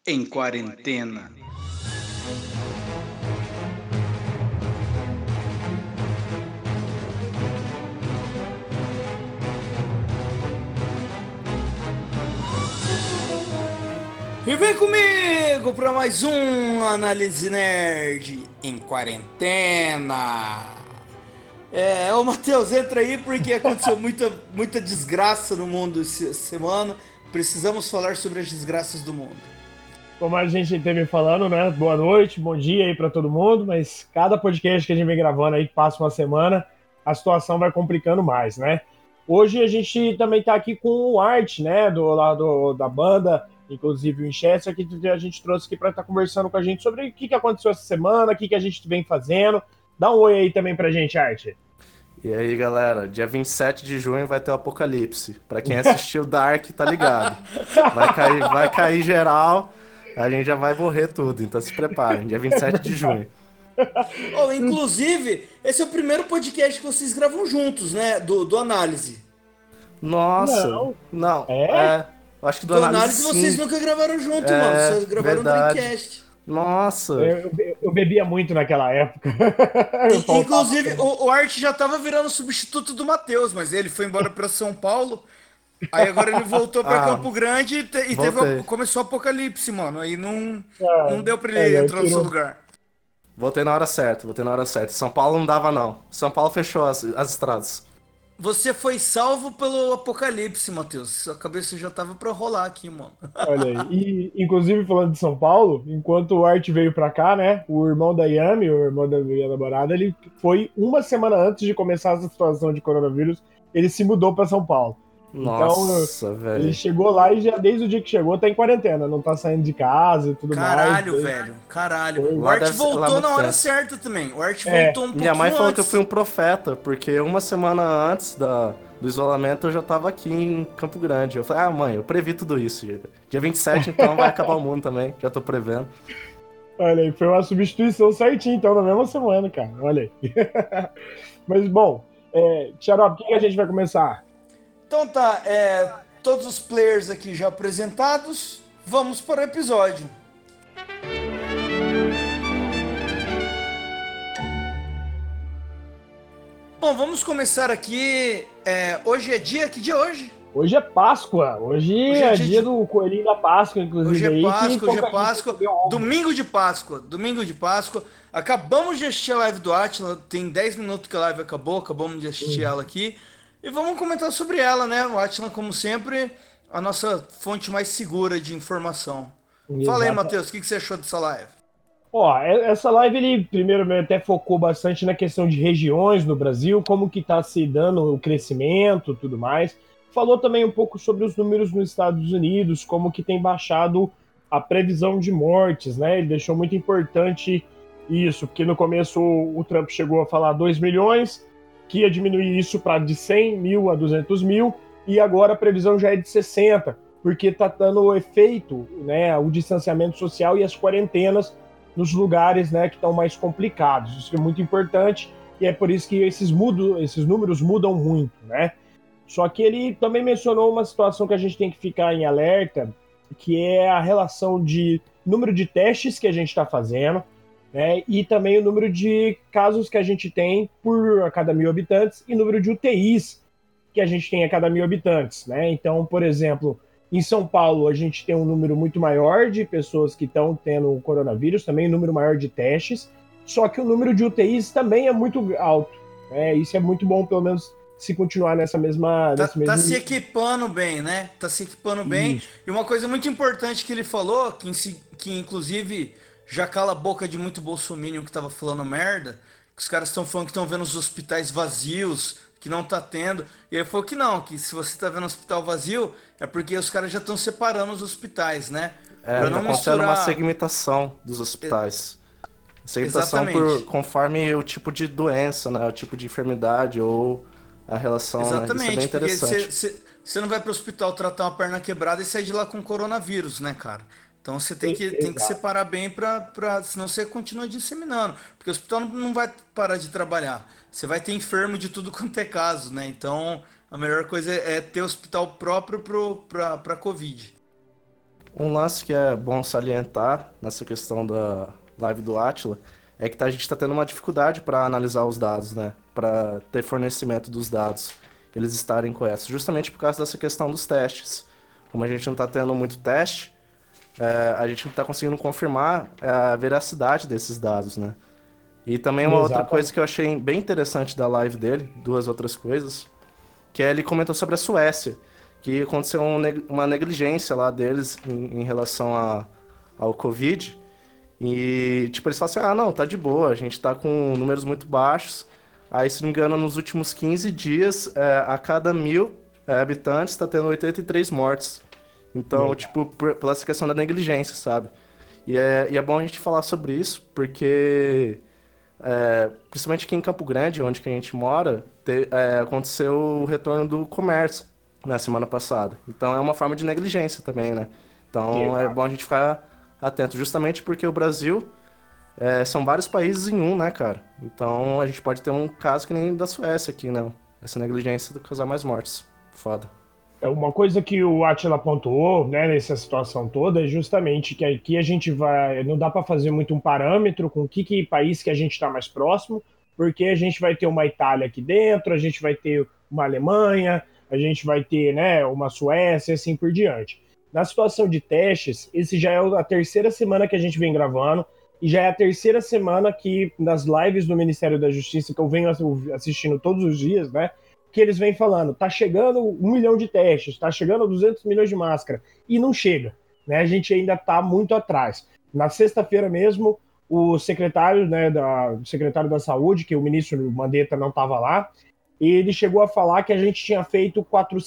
em quarentena. E vem comigo para mais um Análise Nerd em quarentena. Ô Matheus, entra aí porque aconteceu muita desgraça no mundo essa semana. Precisamos falar sobre as desgraças do mundo. Como a gente teve falando, né? Boa noite, bom dia aí para todo mundo, mas cada podcast que a gente vem gravando aí, que passa uma semana, a situação vai complicando mais, né? Hoje a gente também tá aqui com o Art, né? Do lado da banda, inclusive o Winchester, que a gente trouxe aqui para estar conversando com a gente sobre o que aconteceu essa semana, o que a gente vem fazendo. Dá um oi aí também pra gente, Art. E aí, galera, dia 27 de junho vai ter o Apocalipse. Pra quem assistiu Dark, tá ligado. Vai cair geral, a gente já vai morrer tudo, então se preparem, dia 27 de junho. Inclusive, esse é o primeiro podcast que vocês gravam juntos, né? Do Análise. Nossa, Não. não, É? eu acho que do Do análise Análise vocês sim, nunca gravaram junto, mano. é Vocês gravaram no verdade. Dreamcast. Nossa, Eu bebia muito naquela época. Faltava Inclusive, o Art já tava virando substituto do Matheus, mas ele foi embora pra São Paulo. Aí agora ele voltou pra ah, Campo Grande voltei. começou o Apocalipse, mano. Aí não deu pra ele Aí entrar no seu tirou. lugar. Voltei na hora certa, voltei na hora certa. São Paulo não dava, não. São Paulo fechou as estradas. Você foi salvo pelo Apocalipse, Matheus. Sua cabeça já tava pra rolar aqui, mano. Olha aí. E, inclusive, falando de São Paulo, enquanto o Art veio pra cá, né? O irmão da Yami, o irmão da minha namorada, ele foi uma semana antes de começar essa situação de coronavírus, ele se mudou pra São Paulo. Então, Nossa, ele velho. chegou lá e já, desde o dia que chegou, tá em quarentena, não tá saindo de casa e tudo mais. Caralho, velho. Caralho. O Lá Art deve ser lá é voltou na muito hora tenso. certa também. O Art É, voltou um Minha mãe pouquinho falou que eu fui antes. um profeta, porque uma semana antes do isolamento eu já tava aqui em Campo Grande. Eu falei, mãe, eu previ tudo isso. Dia 27, então, vai acabar o mundo também, já tô prevendo. olha aí, foi uma substituição certinha, então, na mesma semana, cara. Olha aí. Mas, bom, Xarope, o que a gente vai começar? Então tá, todos os players aqui já apresentados. Vamos para o episódio. Bom, vamos começar aqui. Hoje é dia. Que dia é hoje? Hoje é Páscoa. Hoje Hoje é é dia dia de. do Coelhinho da Páscoa, Hoje inclusive, é aí, que Páscoa, hoje é pouca gente Páscoa. recebeu ovo. Domingo de Páscoa. Domingo de Páscoa. Acabamos de assistir a live do Atila. Tem 10 minutos que a live acabou. Acabamos de assistir ela aqui. E vamos comentar sobre ela, né? O Atila, como sempre, a nossa fonte mais segura de informação. Fala aí, Exato. Matheus, o que você achou dessa live? Ó, essa live ele primeiro até focou bastante na questão de regiões no Brasil, como que está se dando o crescimento, tudo mais. Falou também um pouco sobre os números nos Estados Unidos, como que tem baixado a previsão de mortes, né? Ele deixou muito importante isso, porque no começo o Trump chegou a falar 2 milhões, que ia diminuir isso para de 100 mil a 200 mil, e agora a previsão já é de 60, porque está dando o efeito, né, o distanciamento social e as quarentenas nos lugares, né, que estão mais complicados. Isso é muito importante e é por isso que esses números mudam muito, né? Só que ele também mencionou uma situação que a gente tem que ficar em alerta, que é a relação de número de testes que a gente está fazendo, né, e também o número de casos que a gente tem por a cada 1.000 habitantes e número de UTIs que a gente tem a cada 1.000 habitantes, né? Então, por exemplo, em São Paulo, a gente tem um número muito maior de pessoas que estão tendo o coronavírus, também um número maior de testes, só que o número de UTIs também é muito alto. Né? Isso é muito bom, pelo menos, se continuar nesse Tá mesmo se nível. equipando bem, né? Tá se equipando bem. Isso. E uma coisa muito importante que ele falou, que inclusive já cala a boca de muito bolsominion que tava falando merda, que os caras estão falando que estão vendo os hospitais vazios, que não tá tendo. E ele falou que não, que se você tá vendo hospital vazio, é porque os caras já estão separando os hospitais, né? Pra Tá não acontecendo uma misturar. segmentação dos hospitais. Segmentação Exatamente. conforme o tipo de doença, né? O tipo de enfermidade ou a relação, né? Isso é bem Exatamente, porque interessante. você não vai para o hospital tratar uma perna quebrada e sair de lá com coronavírus, né, cara? Então você tem que Exato. separar bem senão você continua disseminando. Porque o hospital não vai parar de trabalhar. Você vai ter enfermo de tudo quanto é caso, né? Então a melhor coisa é ter hospital próprio para Covid. Um lance que é bom salientar nessa questão da live do Átila é que a gente está tendo uma dificuldade para analisar os dados, né? Para ter fornecimento dos dados, eles estarem corretos, justamente por causa dessa questão dos testes. Como a gente não está tendo muito teste, a gente não está conseguindo confirmar a veracidade desses dados, né? E também uma outra coisa Exatamente. que eu achei bem interessante da live dele, duas outras coisas, que ele comentou sobre a Suécia, que aconteceu uma negligência lá deles em relação ao Covid. E, tipo, eles falam assim, ah, não, tá de boa, a gente tá com números muito baixos. Aí, se não me engano, nos últimos 15 dias, a cada 1.000 habitantes, tá tendo 83 mortes. Então, Verdade. tipo, pela essa questão da negligência, sabe? E é bom a gente falar sobre isso, porque, principalmente aqui em Campo Grande, onde que a gente mora, aconteceu o retorno do comércio na semana passada. Então, é uma forma de negligência também, né? Então, é bom a gente ficar atento, justamente porque o Brasil são vários países em um, né, cara? Então, a gente pode ter um caso que nem da Suécia aqui, né? Essa negligência de causar mais mortes. Foda. É uma coisa que o Attila pontuou, né, nessa situação toda, é justamente que aqui a gente vai, não dá para fazer muito um parâmetro com que país que a gente está mais próximo, porque a gente vai ter uma Itália aqui dentro, a gente vai ter uma Alemanha, a gente vai ter, né, uma Suécia, assim por diante. Na situação de testes, esse já é a terceira semana que a gente vem gravando e já é a terceira semana que nas lives do Ministério da Justiça que eu venho assistindo todos os dias, né, que eles vêm falando, tá chegando 1 milhão de testes, tá chegando 200 milhões de máscara, e não chega, né? A gente ainda tá muito atrás. Na sexta-feira mesmo, o secretário, né, o secretário da Saúde, que o ministro Mandetta não estava lá, ele chegou a falar que a gente tinha feito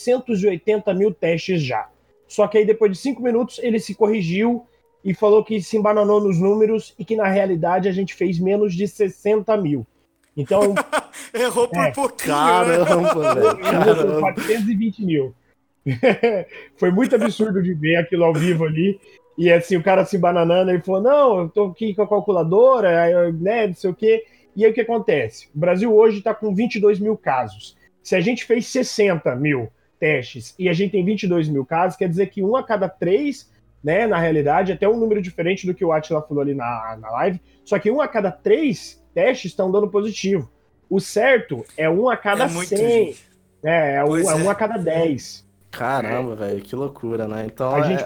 480 mil testes já. Só que aí, depois de 5 minutos, ele se corrigiu e falou que se embananou nos números e que, na realidade, a gente fez menos de 60 mil. Então, Errou por pouquinho, né? Caramba, velho. Por Caramba. 420 mil. Foi muito absurdo de ver aquilo ao vivo ali. E assim, o cara se bananando, ele falou: não, eu tô aqui com a calculadora, né, não sei o quê. E aí o que acontece? O Brasil hoje está com 22 mil casos. Se a gente fez 60 mil testes e a gente tem 22 mil casos, quer dizer que um a cada três, né, na realidade, até um número diferente do que o Attila falou ali na live, só que um a cada três testes estão dando positivo. O certo é um a É cada muito, 100, gente. né, Pois é um a é. cada 10. Caramba, velho. Que loucura, né? Então, A gente,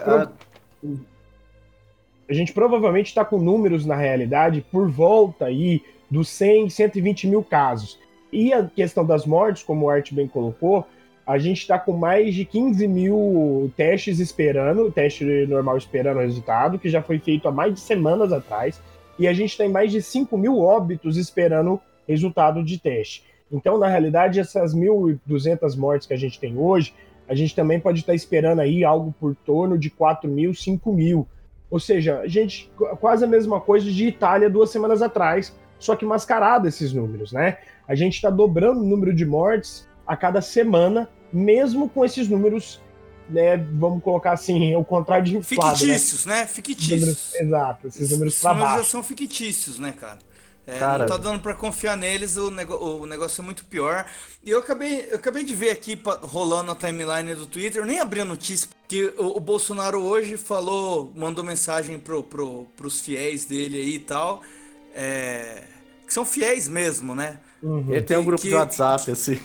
a gente provavelmente está com números, na realidade, por volta aí dos 100, 120 mil casos. E a questão das mortes, como o Art bem colocou, a gente está com mais de 15 mil testes esperando, teste normal esperando o resultado, que já foi feito há mais de semanas atrás, e a gente tem mais de 5 mil óbitos esperando resultado de teste. Então, na realidade, essas 1.200 mortes que a gente tem hoje, a gente também pode estar esperando aí algo por torno de 4 mil, 5 mil. Ou seja, a gente quase a mesma coisa de Itália 2 semanas atrás, só que mascarado esses números, né? A gente está dobrando o número de mortes a cada semana, mesmo com esses números, né? Vamos colocar assim, o contrário de inflado, né? Fictícios, né? Números, Fictícios. exato, esses números Esses para números já baixo. são fictícios, né, cara? Não cara, tá dando pra confiar neles, o negócio é muito pior. E eu acabei de ver aqui rolando a timeline do Twitter, eu nem abri a notícia, que o Bolsonaro hoje mandou mensagem pros fiéis dele aí e tal, que são fiéis mesmo, né? ele Uhum. tem um Que, grupo de que, WhatsApp, assim.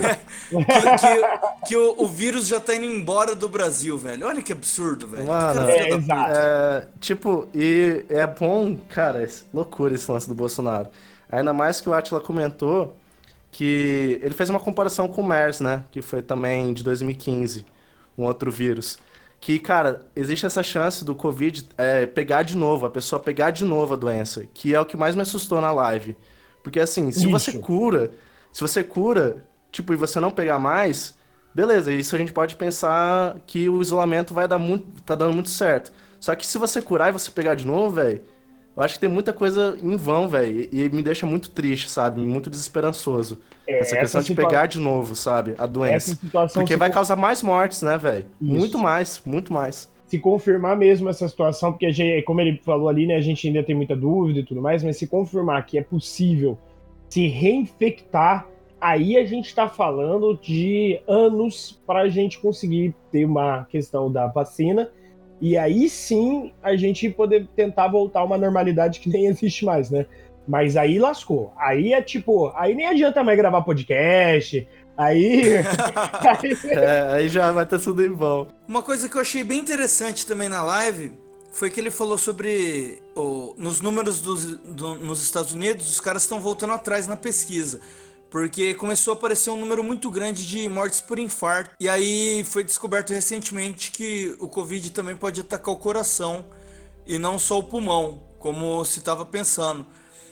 que o vírus já tá indo embora do Brasil, velho. Olha que absurdo, velho. Que cara Mano, filha da Exato. puta. tipo, e é bom, cara, loucura esse lance do Bolsonaro. Ainda mais que o Atila comentou que ele fez uma comparação com o MERS, né? Que foi também de 2015, um outro vírus. Que, cara, existe essa chance do Covid pegar de novo, a pessoa pegar de novo a doença, que é o que mais me assustou na live. Porque, assim, Isso. se você cura, tipo, e você não pegar mais, beleza, isso a gente pode pensar que o isolamento vai dar muito, tá dando muito certo. Só que se você curar e você pegar de novo, velho, eu acho que tem muita coisa em vão, velho, e me deixa muito triste, sabe? Muito desesperançoso. Essa Essa, questão de pegar de novo, sabe? A essa doença. situação Porque vai causar mais mortes, né, velho? Muito Isso. mais, muito mais. Se confirmar mesmo essa situação, porque a gente, como ele falou ali, né, a gente ainda tem muita dúvida e tudo mais, mas se confirmar que é possível se reinfectar, aí a gente está falando de anos para a gente conseguir ter uma questão da vacina E aí sim a gente poder tentar voltar a uma normalidade que nem existe mais, né? Mas aí lascou. Aí é tipo, aí nem adianta mais gravar podcast. Aí, aí Aí já vai ter tudo em vão. Uma coisa que eu achei bem interessante também na live foi que ele falou sobre nos números nos Estados Unidos, os caras estão voltando atrás na pesquisa. Porque começou a aparecer um número muito grande de mortes por infarto. E aí foi descoberto recentemente que o Covid também pode atacar o coração e não só o pulmão, como se estava pensando.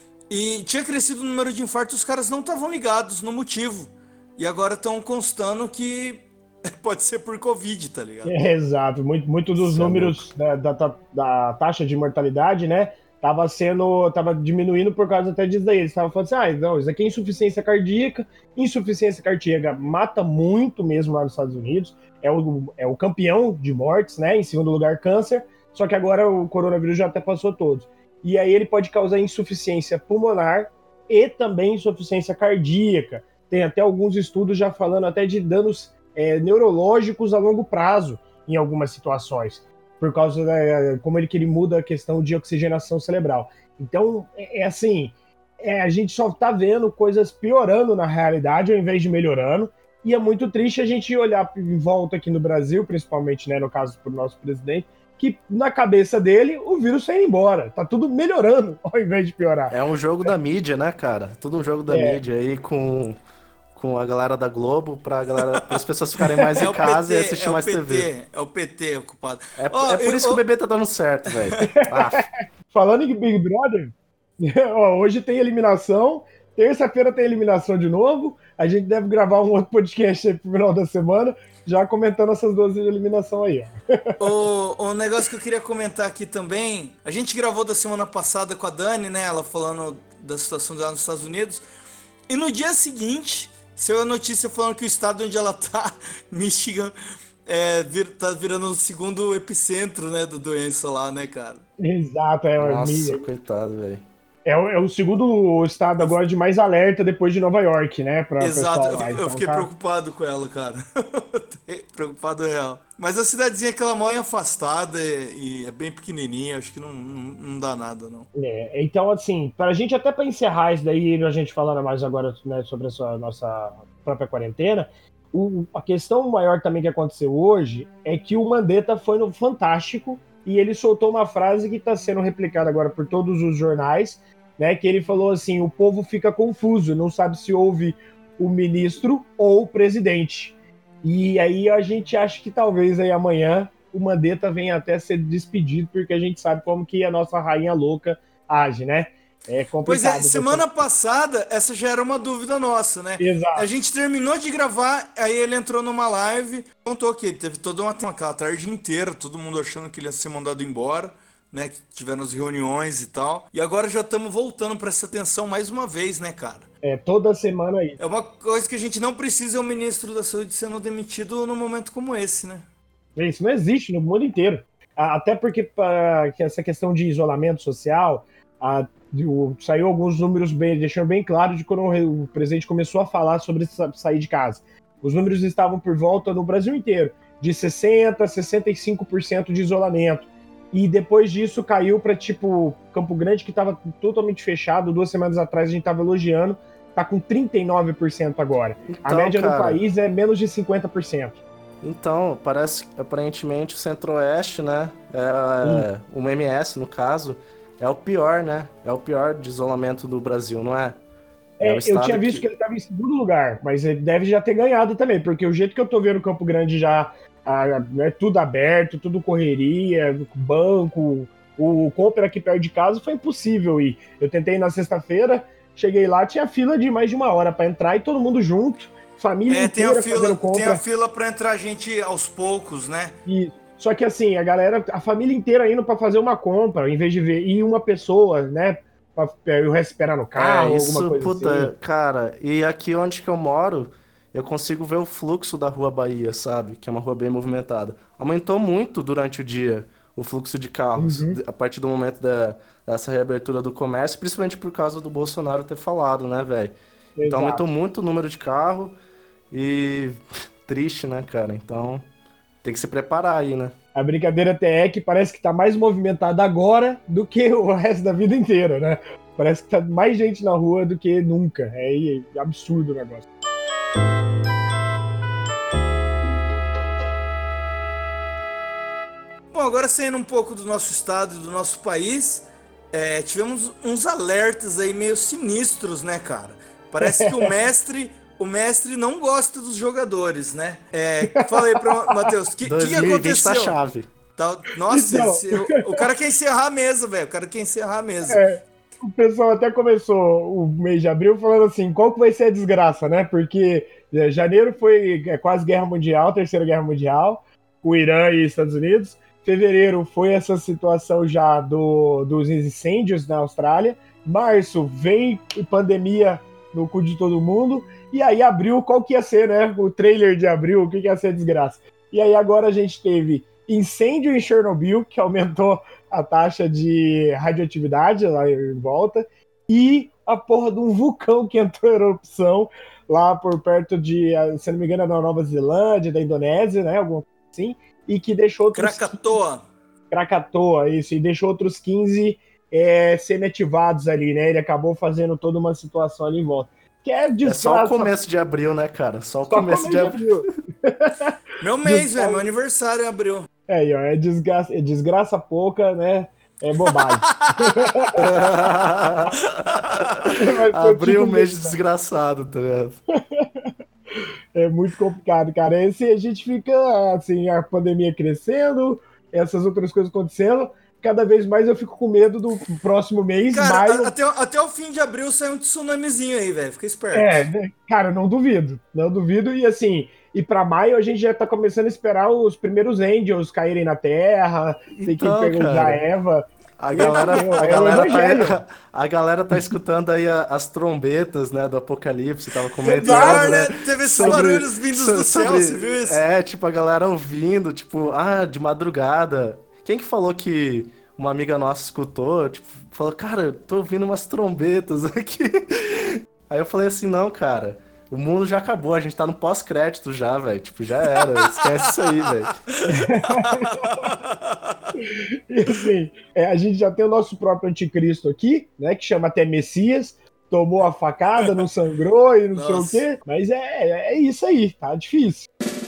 E tinha crescido o número de infartos, os caras não estavam ligados no motivo. E agora estão constando que pode ser por Covid, tá ligado? exato, muito dos Isso é louco. números da taxa de mortalidade, né? Tava diminuindo por causa até disso daí. Eles estavam falando assim, não, isso aqui é insuficiência cardíaca. Insuficiência cardíaca mata muito mesmo lá nos Estados Unidos. É o campeão de mortes, né? Em segundo lugar, câncer. Só que agora o coronavírus já até passou todos. E aí ele pode causar insuficiência pulmonar e também insuficiência cardíaca. Tem até alguns estudos já falando até de danos neurológicos a longo prazo em algumas situações, por causa da como ele muda a questão de oxigenação cerebral. Então, assim, a gente só está vendo coisas piorando na realidade ao invés de melhorando, e é muito triste a gente olhar em volta aqui no Brasil, principalmente, né, no caso do nosso presidente, que na cabeça dele o vírus foi embora, tá tudo melhorando ao invés de piorar. É um jogo da mídia, né, cara? Tudo um jogo da mídia aí com a galera da Globo para as pessoas ficarem mais É em o casa e PT, assistir mais TV. é o PT ocupado. É por isso que o bebê tá dando certo, velho. Ah, Falando em Big Brother, ó, hoje tem eliminação, terça-feira tem eliminação de novo. A gente deve gravar um outro podcast aí pro final da semana, já comentando essas duas eliminações aí. O negócio que eu queria comentar aqui também, a gente gravou da semana passada com a Dani, né? Ela falando da situação dela nos Estados Unidos. E no dia seguinte, saiu a notícia falando que o estado onde ela tá, Michigan, tá virando o segundo epicentro, né, da doença lá, né, cara? Exato, nossa, coitado, velho. é o segundo estado agora de mais alerta depois de Nova York, né, para o Exato, pessoal lá. eu Então fiquei tá. preocupado com ela, cara. Fiquei preocupado real. Mas a cidadezinha que ela mora é afastada e é bem pequenininha, acho que não dá nada, não. Então, assim, para a gente até para encerrar isso daí, a gente falando mais agora, né, sobre essa nossa própria quarentena, a questão maior também que aconteceu hoje é que o Mandetta foi no Fantástico e ele soltou uma frase que está sendo replicada agora por todos os jornais, né, que ele falou assim, o povo fica confuso, não sabe se houve o ministro ou o presidente. E aí a gente acha que talvez aí amanhã o Mandetta venha até ser despedido, porque a gente sabe como que a nossa rainha louca age, né? É Pois é, complicado. semana passada, essa já era uma dúvida nossa, né? A Exato. gente terminou de gravar, aí ele entrou numa live, contou que teve toda aquela tarde inteira, todo mundo achando que ele ia ser mandado embora, né? Que tiveram as reuniões e tal. E agora já estamos voltando para essa tensão mais uma vez, né, cara? Toda semana aí. É uma coisa que a gente não precisa, é o ministro da Saúde sendo demitido num momento como esse, né? Isso não existe no mundo inteiro. Até porque que essa questão de isolamento social, saiu alguns números deixando bem claro de quando o presidente começou a falar sobre sair de casa. Os números estavam por volta no Brasil inteiro, de 60% a 65% de isolamento. E depois disso caiu para tipo Campo Grande, que estava totalmente fechado. 2 semanas atrás a gente estava elogiando, tá com 39% agora. Então, a média cara, do país é menos de 50%. Então, parece que aparentemente o Centro-Oeste, né? O MS, no caso, é o pior, né? É o pior de isolamento do Brasil, não é? É o Eu tinha estado visto que ele estava em segundo lugar, mas ele deve já ter ganhado também, porque o jeito que eu tô vendo o Campo Grande já é tudo aberto, tudo correria, banco, o Cooper aqui perto de casa foi impossível ir. Eu tentei na sexta-feira, cheguei lá, tinha fila de mais de 1 hora para entrar e todo mundo junto, família inteira fazendo compra. Tem a fila para entrar gente aos poucos, né? E, só que assim, a família inteira indo para fazer uma compra, em vez de ir uma pessoa, né? Pra o resto esperar no carro, alguma coisa puta, assim. cara, e aqui onde que eu moro, eu consigo ver o fluxo da Rua Bahia, sabe? Que é uma rua bem movimentada. Aumentou muito durante o dia o fluxo de carros, Uhum. a partir do momento dessa reabertura do comércio, principalmente por causa do Bolsonaro ter falado, né, velho? Então aumentou Exato. muito o número de carro e triste, né, cara? Então tem que se preparar aí, né? A brincadeira até é que parece que tá mais movimentada agora do que o resto da vida inteira, né? Parece que tá mais gente na rua do que nunca. É absurdo o negócio. Bom, agora saindo um pouco do nosso estado e do nosso país, tivemos uns alertas aí meio sinistros, né, cara? Parece que o mestre não gosta dos jogadores, né? Fala aí pra Matheus, o que aconteceu? Tá chave. Nossa, Então... o cara quer encerrar a mesa, velho. O cara quer encerrar a mesa. O pessoal até começou o mês de abril falando assim, qual que vai ser a desgraça, né? Porque janeiro foi quase Guerra Mundial, Terceira Guerra Mundial, o Irã e Estados Unidos. Fevereiro foi essa situação já dos incêndios na Austrália. Março vem pandemia no cu de todo mundo. E aí abril, qual que ia ser, né? O trailer de abril, o que ia ser a desgraça? E aí agora a gente teve incêndio em Chernobyl, que aumentou a taxa de radioatividade lá em volta, e a porra de um vulcão que entrou em erupção lá por perto de, se não me engano, da Nova Zelândia, da Indonésia, né? Alguma coisa assim. E que deixou outros... Krakatoa, isso. E deixou outros 15 semi-ativados ali, né? Ele acabou fazendo toda uma situação ali em volta. Que é só o começo de abril, né, cara? Só o começo de abril. Meu mês, meu aniversário é abril. É desgraça pouca, né? É bobagem. Abril, mês desgraçado, tá ligado? É muito complicado, cara. A gente fica, assim, a pandemia crescendo, essas outras coisas acontecendo, cada vez mais eu fico com medo do próximo mês, cara, maio... Até o fim de abril sai um tsunamizinho aí, velho. Fica esperto. Cara, não duvido. Não duvido. E assim, pra maio a gente já tá começando a esperar os primeiros Angels caírem na Terra, tem que pegar a Eva... A galera tá escutando aí as trombetas, né, do Apocalipse, tava comentando, né? Teve esses barulhos vindos do céu, você viu isso? Tipo, a galera ouvindo, tipo, de madrugada. Quem que falou que uma amiga nossa escutou, tipo, falou, cara, eu tô ouvindo umas trombetas aqui. Aí eu falei assim, não, cara, o mundo já acabou, a gente tá no pós-crédito já, velho, tipo, já era, esquece isso aí, velho. E assim, a gente já tem o nosso próprio anticristo aqui, né, que chama até Messias, tomou a facada, não sangrou e não sei o quê, mas é isso aí, tá difícil.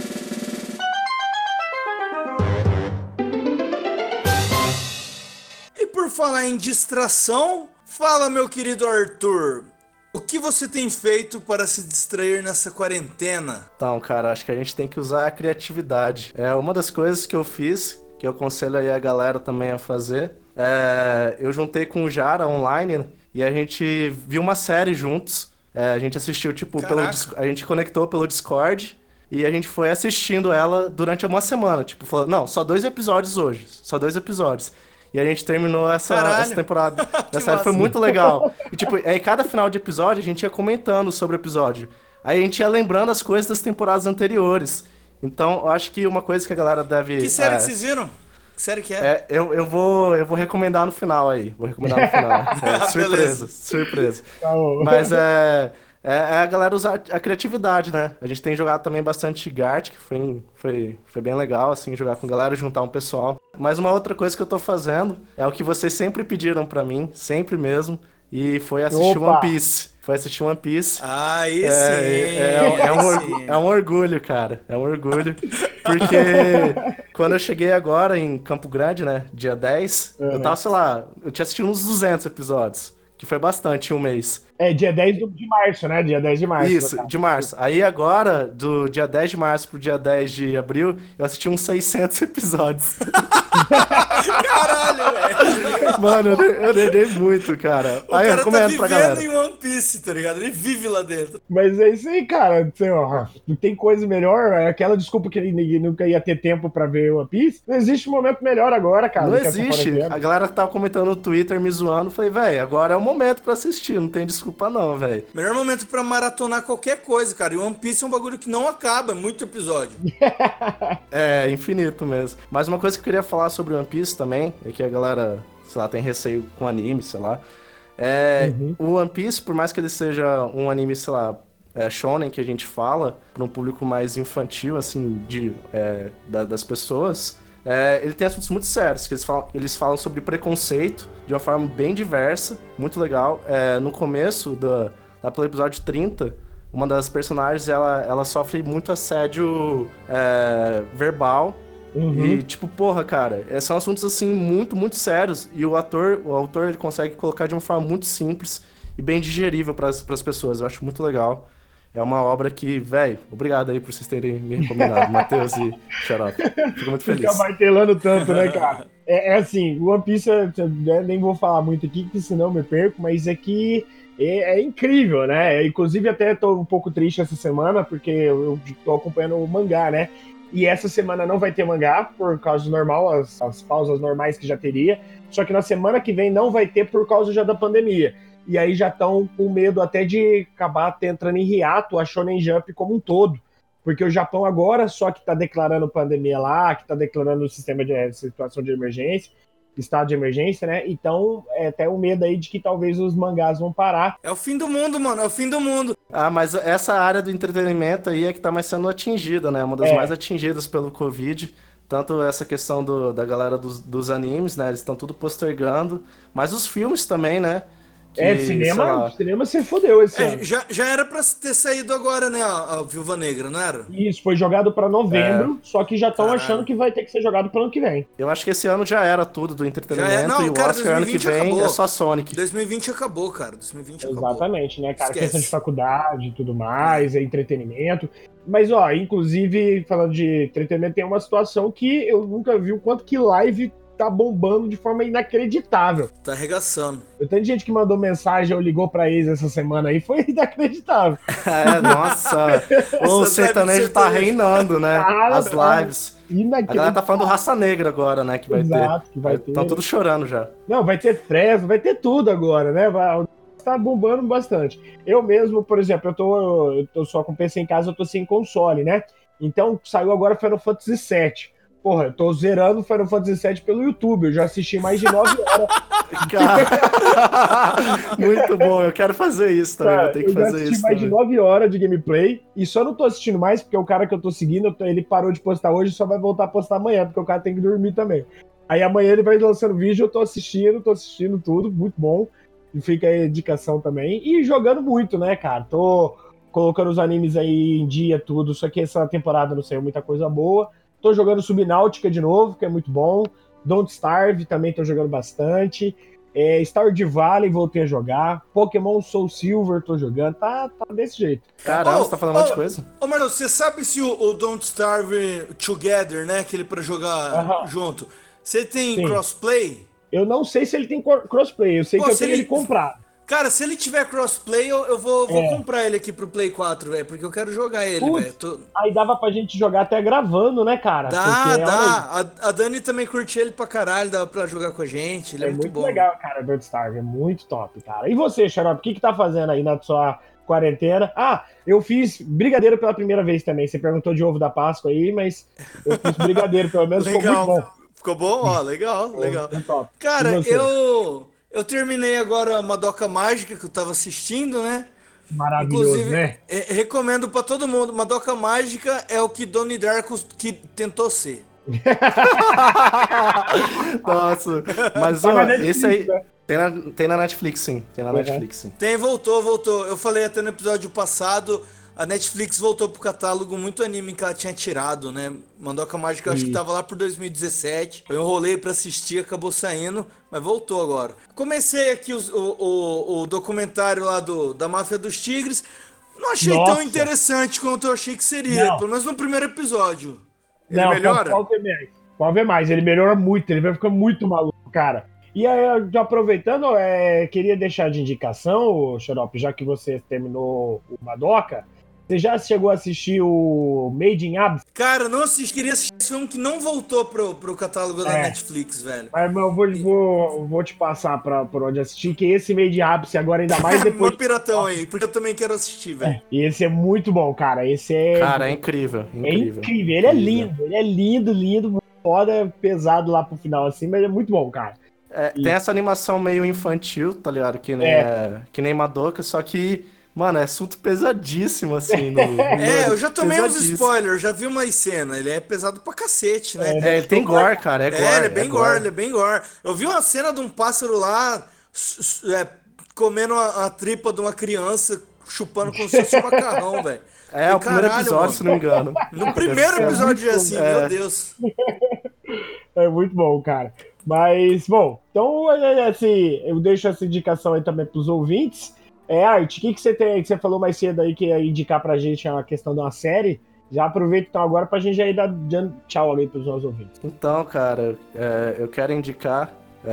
E por falar em distração, fala, meu querido Arthur, o que você tem feito para se distrair nessa quarentena? Então, cara, acho que a gente tem que usar a criatividade. Uma das coisas que eu fiz, que eu aconselho aí a galera também a fazer, eu juntei com o Jara online e a gente viu uma série juntos. A gente assistiu, tipo, a gente conectou pelo Discord e a gente foi assistindo ela durante uma semana. Tipo, falou, não, só 2 episódios hoje, só 2 episódios. E a gente terminou essa temporada. A série foi muito legal. E, tipo, aí cada final de episódio a gente ia comentando sobre o episódio. Aí a gente ia lembrando as coisas das temporadas anteriores. Então, eu acho que uma coisa que a galera deve... Que série que vocês viram? Que série que é? Eu vou recomendar no final aí. Vou recomendar no final. Surpresa. Tá bom. Mas a galera usar a criatividade, né? A gente tem jogado também bastante Gart, que foi bem legal, assim, jogar com a galera, juntar um pessoal. Mas uma outra coisa que eu tô fazendo é o que vocês sempre pediram pra mim, sempre mesmo, e foi assistir One Piece. Aí sim. É um orgulho, cara. É um orgulho. Porque quando eu cheguei agora em Campo Grande, né, dia 10, eu tava, sei lá, eu tinha assistido uns 200 episódios. Que foi bastante, um mês. Dia 10 de março, né? Dia 10 de março. Isso, de março. Aí agora, do dia 10 de março pro dia 10 de abril, eu assisti uns 600 episódios. Caralho, velho. Mano, eu dedei muito, cara. Aí eu recomendo pra galera. Ele tá vivendo em One Piece, tá ligado? Ele vive lá dentro. Mas é isso aí, cara. Não tem coisa melhor. Aquela desculpa que ele nunca ia ter tempo pra ver One Piece. Não existe momento melhor agora, cara. Não existe. A galera que tava comentando no Twitter, me zoando, falei, velho, agora é o momento pra assistir. Não tem desculpa não, velho. Melhor momento pra maratonar qualquer coisa, cara. E One Piece é um bagulho que não acaba. É muito episódio. É, infinito mesmo. Mas uma coisa que eu queria falar sobre One Piece também, é que a galera, sei lá, tem receio com anime, sei lá. O One Piece, por mais que ele seja um anime, sei lá, shonen, que a gente fala, para um público mais infantil, assim, das pessoas, Ele tem assuntos muito sérios, que eles falam sobre preconceito de uma forma bem diversa, muito legal. No começo, lá pelo episódio 30, uma das personagens, ela sofre muito assédio verbal. E, tipo, porra, cara, são assuntos, assim, muito, muito sérios. E o autor, ele consegue colocar de uma forma muito simples e bem digerível para as pessoas. Eu acho muito legal. É uma obra que, velho, obrigado aí por vocês terem me recomendado, Matheus e Xarope. Fico muito Fica feliz. martelando tanto, né, cara? É assim, One Piece, nem vou falar muito aqui, que senão eu me perco, mas é que é incrível, né? Inclusive, até tô um pouco triste essa semana, porque eu tô acompanhando o mangá, né? E essa semana não vai ter mangá, por causa do normal, as pausas normais que já teria. Só que na semana que vem não vai ter por causa já da pandemia. E aí já estão com medo até de acabar entrando em hiato a Shonen Jump como um todo. Porque o Japão agora só que está declarando pandemia lá, que está declarando o sistema de situação de emergência, estado de emergência, né? Então, até o medo aí de que talvez os mangás vão parar. É o fim do mundo, mano, é o fim do mundo. Ah, mas essa área do entretenimento aí é que tá mais sendo atingida, né? Uma das mais atingidas pelo Covid. Tanto essa questão da galera dos animes, né? Eles estão tudo postergando. Mas os filmes também, né? Que, Cinema se fodeu esse ano. Já era pra ter saído agora, né, a Viúva Negra, não era? Isso, foi jogado para novembro, só que já estão Caralho. achando que vai ter que ser jogado para ano que vem. Eu acho que esse ano já era tudo do entretenimento Não, e o cara, Oscar ano que 2020 vem acabou. é só Sonic. 2020 acabou, cara. 2020 acabou. Exatamente, né, cara? Esquece. Questão de faculdade e tudo mais, entretenimento. Mas, ó, inclusive, falando de entretenimento, tem uma situação que eu nunca vi o quanto que live tá bombando de forma inacreditável. Tá arregaçando. Tem gente que mandou mensagem ou ligou pra ex essa semana aí, foi inacreditável. Nossa. O sertanejo tá reinando, né? Cara, As lives. A Inacreditável. galera tá falando do Raça Negra agora, né? Que vai Exato, ter. que vai ter. Estão tudo chorando já. Não, vai ter Fresno, vai ter tudo agora, né? Tá bombando bastante. Eu mesmo, por exemplo, eu tô só com PC em casa, eu tô sem console, né? Então saiu agora Final Fantasy VII. Porra, eu tô zerando Final Fantasy VII pelo YouTube. Eu já assisti mais de 9 horas. Muito bom, eu quero fazer isso também. Vou ter que fazer eu já assisti isso. Mais de 9 horas de gameplay. E só não tô assistindo mais porque o cara que eu tô seguindo, ele parou de postar hoje e só vai voltar a postar amanhã, porque o cara tem que dormir também. Aí amanhã ele vai lançando vídeo, eu tô assistindo tudo, muito bom. E fica aí a indicação também. E jogando muito, né, cara? Tô colocando os animes aí em dia, tudo. Só que essa temporada não saiu muita coisa boa. Tô jogando Subnáutica de novo, que é muito bom. Don't Starve também tô jogando bastante. Stardew Valley voltei a jogar. Pokémon Soul Silver tô jogando. Tá desse jeito. Caramba, você tá falando um monte de coisa. Ô, Marlon, você sabe se o Don't Starve Together, né? Aquele pra jogar junto. Você tem crossplay? Eu não sei se ele tem crossplay. Eu sei que eu tenho ele comprado. Cara, se ele tiver crossplay, eu vou comprar ele aqui pro Play 4, velho, porque eu quero jogar ele, velho. Aí dava pra gente jogar até gravando, né, cara? Dá. A Dani também curte ele pra caralho, dá pra jogar com a gente, ele é muito bom. Legal, cara, Don't Starve, é muito top, cara. E você, Xarope, o que tá fazendo aí na sua quarentena? Ah, eu fiz brigadeiro pela primeira vez também. Você perguntou de ovo da Páscoa aí, mas eu fiz brigadeiro, pelo menos ficou muito bom. Ficou bom? Ó, legal. Top. Cara, eu terminei agora a Madoka Mágica que eu tava assistindo, né? Maravilhoso, inclusive, né? Recomendo pra todo mundo. Madoka Mágica é o que Donnie Darko que tentou ser. Nossa, mas ó, esse aí tem na Netflix, sim. Tem na Netflix, sim. Voltou. Eu falei até no episódio passado, a Netflix voltou pro catálogo muito anime que ela tinha tirado, né? Madoka Mágica, eu acho que tava lá por 2017. Eu enrolei pra assistir, acabou saindo, mas voltou agora. Comecei aqui o documentário lá da Máfia dos Tigres. Não achei tão interessante quanto eu achei que seria, pelo menos no primeiro episódio. Ele melhora? Pode ver mais, ele melhora muito, ele vai ficar muito maluco, cara. E aí, aproveitando, queria deixar de indicação, Xarope, já que você terminou o Madoka, você já chegou a assistir o Made in Abyss? Cara, não assisti, queria assistir esse filme que não voltou pro catálogo da Netflix, velho. Mas eu vou te passar por onde assistir, que esse Made in Abyss agora ainda mais depois... Meu piratão aí, porque eu também quero assistir, velho. E esse é muito bom, cara. Cara, é incrível. É incrível, ele é lindo, foda, pesado lá pro final assim, mas é muito bom, cara. Tem essa animação meio infantil, tá ligado? Que nem Madoka, só que Mano, é assunto pesadíssimo, assim. Eu já tomei uns Pesadíssimo. spoilers, já vi uma cena. Ele é pesado pra cacete, né? É, ele tem gore, cara. É gore. Ele é bem gore, gore. ele é bem gore. Eu vi uma cena de um pássaro lá comendo a tripa de uma criança, chupando como se fosse um macarrão, velho. É, o primeiro Caralho, episódio, mano. se não me engano. No primeiro episódio é assim, É. meu Deus. É muito bom, cara. Mas, bom, então eu deixo essa indicação aí também para os ouvintes. Art, o que você tem aí que você falou mais cedo aí que ia indicar pra gente a questão de uma série? Já aproveita então agora pra gente aí dar tchau ali pros nossos ouvintes. Então, cara, eu quero indicar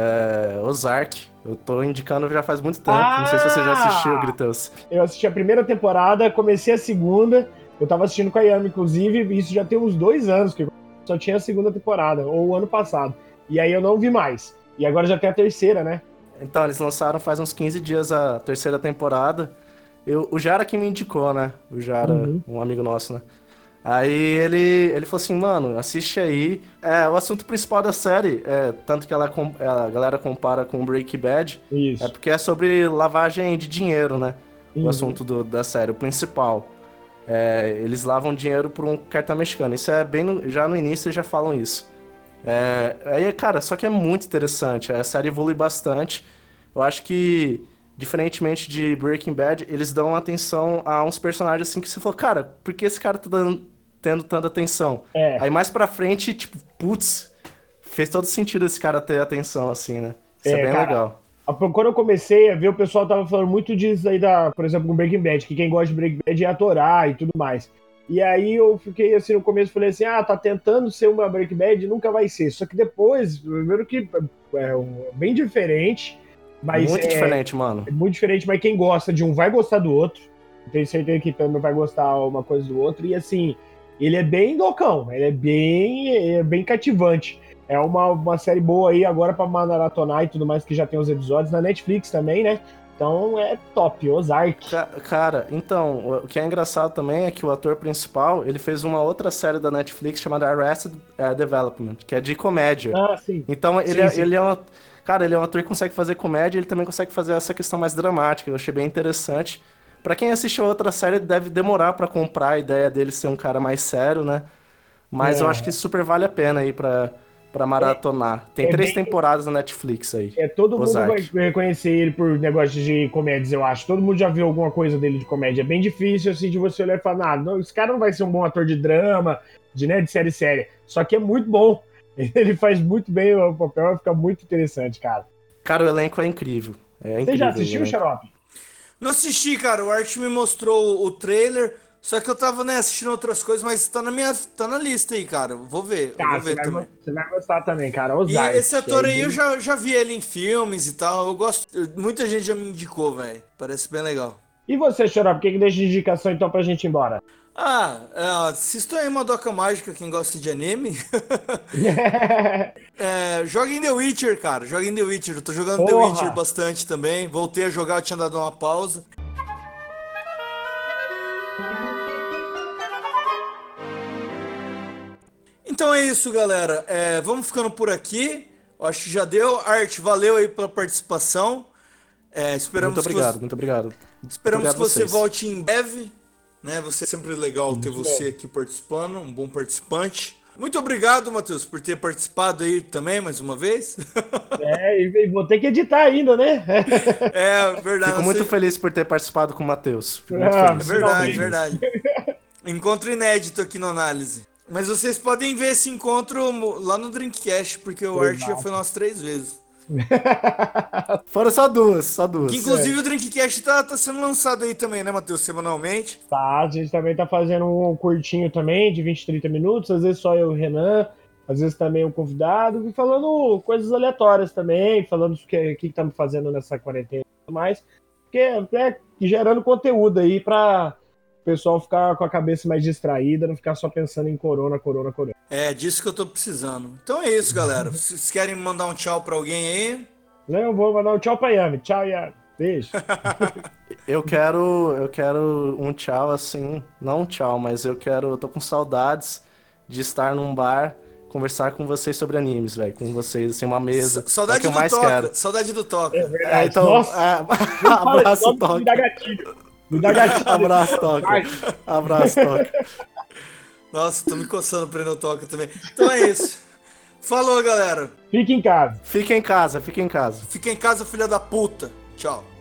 Ozark. Eu tô indicando já faz muito tempo. Não sei se você já assistiu, Gritos. Eu assisti a primeira temporada, comecei a segunda. Eu tava assistindo com a Yami, inclusive, isso já tem uns 2 anos, que só tinha a segunda temporada, ou o ano passado. E aí eu não vi mais. E agora já tem a terceira, né? Então, eles lançaram faz uns 15 dias a terceira temporada. O Jara que me indicou, né? O Jara, um amigo nosso, né? Aí ele falou assim, mano, assiste aí. O assunto principal da série, tanto que a galera compara com Breaking Bad, Isso. é porque é sobre lavagem de dinheiro, né? Uhum. O assunto da série, o principal. Eles lavam dinheiro por um cartão mexicano. Isso é bem já no início eles já falam isso. Aí, cara, só que é muito interessante. A série evolui bastante. Eu acho que, diferentemente de Breaking Bad, eles dão atenção a uns personagens assim que você falou, cara, por que esse cara tá tendo tanta atenção? Aí mais pra frente, tipo, putz, fez todo sentido esse cara ter atenção, assim, né? Isso é bem cara, legal. Quando eu comecei a ver, o pessoal tava falando muito disso aí, por exemplo, com Breaking Bad, que quem gosta de Breaking Bad é a Torá e tudo mais. E aí eu fiquei assim no começo, falei assim, tá tentando ser uma Breaking Bad, nunca vai ser. Só que depois, primeiro que é bem diferente, mas Muito diferente, mano. é muito diferente, mas quem gosta de um vai gostar do outro. Tenho certeza que também vai gostar uma coisa do outro. E assim, ele é bem loucão, ele é bem cativante. É uma série boa aí agora pra maratonar e tudo mais, que já tem os episódios na Netflix também, né? Então é top, Ozark. Cara, então, o que é engraçado também é que o ator principal, ele fez uma outra série da Netflix chamada Arrested Development, que é de comédia. Sim. Então, Sim. ele é cara, ele é um ator que consegue fazer comédia, ele também consegue fazer essa questão mais dramática. Eu achei bem interessante. Pra quem assistiu a outra série, deve demorar pra comprar a ideia dele ser um cara mais sério, né? Mas eu acho que super vale a pena aí pra maratonar. Tem 3 temporadas na Netflix aí. Todo Ozark. mundo vai reconhecer ele por negócio de comédias, eu acho. Todo mundo já viu alguma coisa dele de comédia. É bem difícil, assim, de você olhar e falar, não, esse cara não vai ser um bom ator de drama, de série séria. Só que é muito bom. Ele faz muito bem o papel, fica muito interessante, cara. Cara, o elenco é incrível. Você já assistiu, Xarope? Não assisti, cara. O Art me mostrou o trailer. Só que eu tava, assistindo outras coisas, mas tá na lista aí, cara. Vou ver, Cara, vou ver também. você vai gostar também, cara. E Ozark. esse ator aí, eu já vi ele em filmes e tal. Eu gosto. Muita gente já me indicou, velho. Parece bem legal. E você, Xarope, o que deixa de indicação então pra gente ir embora? Assistam aí Madoka Mágica, quem gosta de anime. Joguem The Witcher, cara. Joguem The Witcher. Eu tô jogando The Witcher bastante também. Voltei a jogar, eu tinha dado uma pausa. Então é isso, galera. Vamos ficando por aqui. Eu acho que já deu. Art, valeu aí pela participação. Esperamos muito obrigado. Esperamos Obrigado que você vocês. volte em breve. Né? Você é sempre legal ter você aqui participando, um bom participante. Muito obrigado, Matheus, por ter participado aí também, mais uma vez. E vou ter que editar ainda, né? Verdade. Fico muito feliz por ter participado com o Matheus. Fico muito feliz. Verdade. Encontro inédito aqui no Análise. Mas vocês podem ver esse encontro lá no Drinkcast, porque o Art já foi umas 3 vezes. Foram só duas. Que, inclusive o Drinkcast tá sendo lançado aí também, né, Matheus? Semanalmente. Tá, a gente também tá fazendo um curtinho também, de 20, 30 minutos. Às vezes só eu e o Renan, às vezes também um convidado. E falando coisas aleatórias também, falando o que estamos fazendo nessa quarentena e tudo mais. Porque gerando conteúdo aí pra o pessoal ficar com a cabeça mais distraída, não ficar só pensando em corona. É disso que eu tô precisando. Então é isso, galera. Vocês querem mandar um tchau pra alguém aí? Não, eu vou mandar um tchau pra Yami. Tchau, Yami. Beijo. Eu quero um tchau assim, não um tchau, mas eu tô com saudades de estar num bar, conversar com vocês sobre animes, velho, com vocês, assim, uma mesa. Saudade é o que eu do mais Toca, quero. Saudade do Toca. É verdade. Então, Nossa, abraço, Toca. Toca. Me dá gatilho. Abraço, Toca. Abraço, Toca. Nossa, tô me coçando pra ir no Toca também. Então é isso. Falou, galera. Fique em casa. Fica em casa, fica em casa. Fica em casa, filha da puta. Tchau.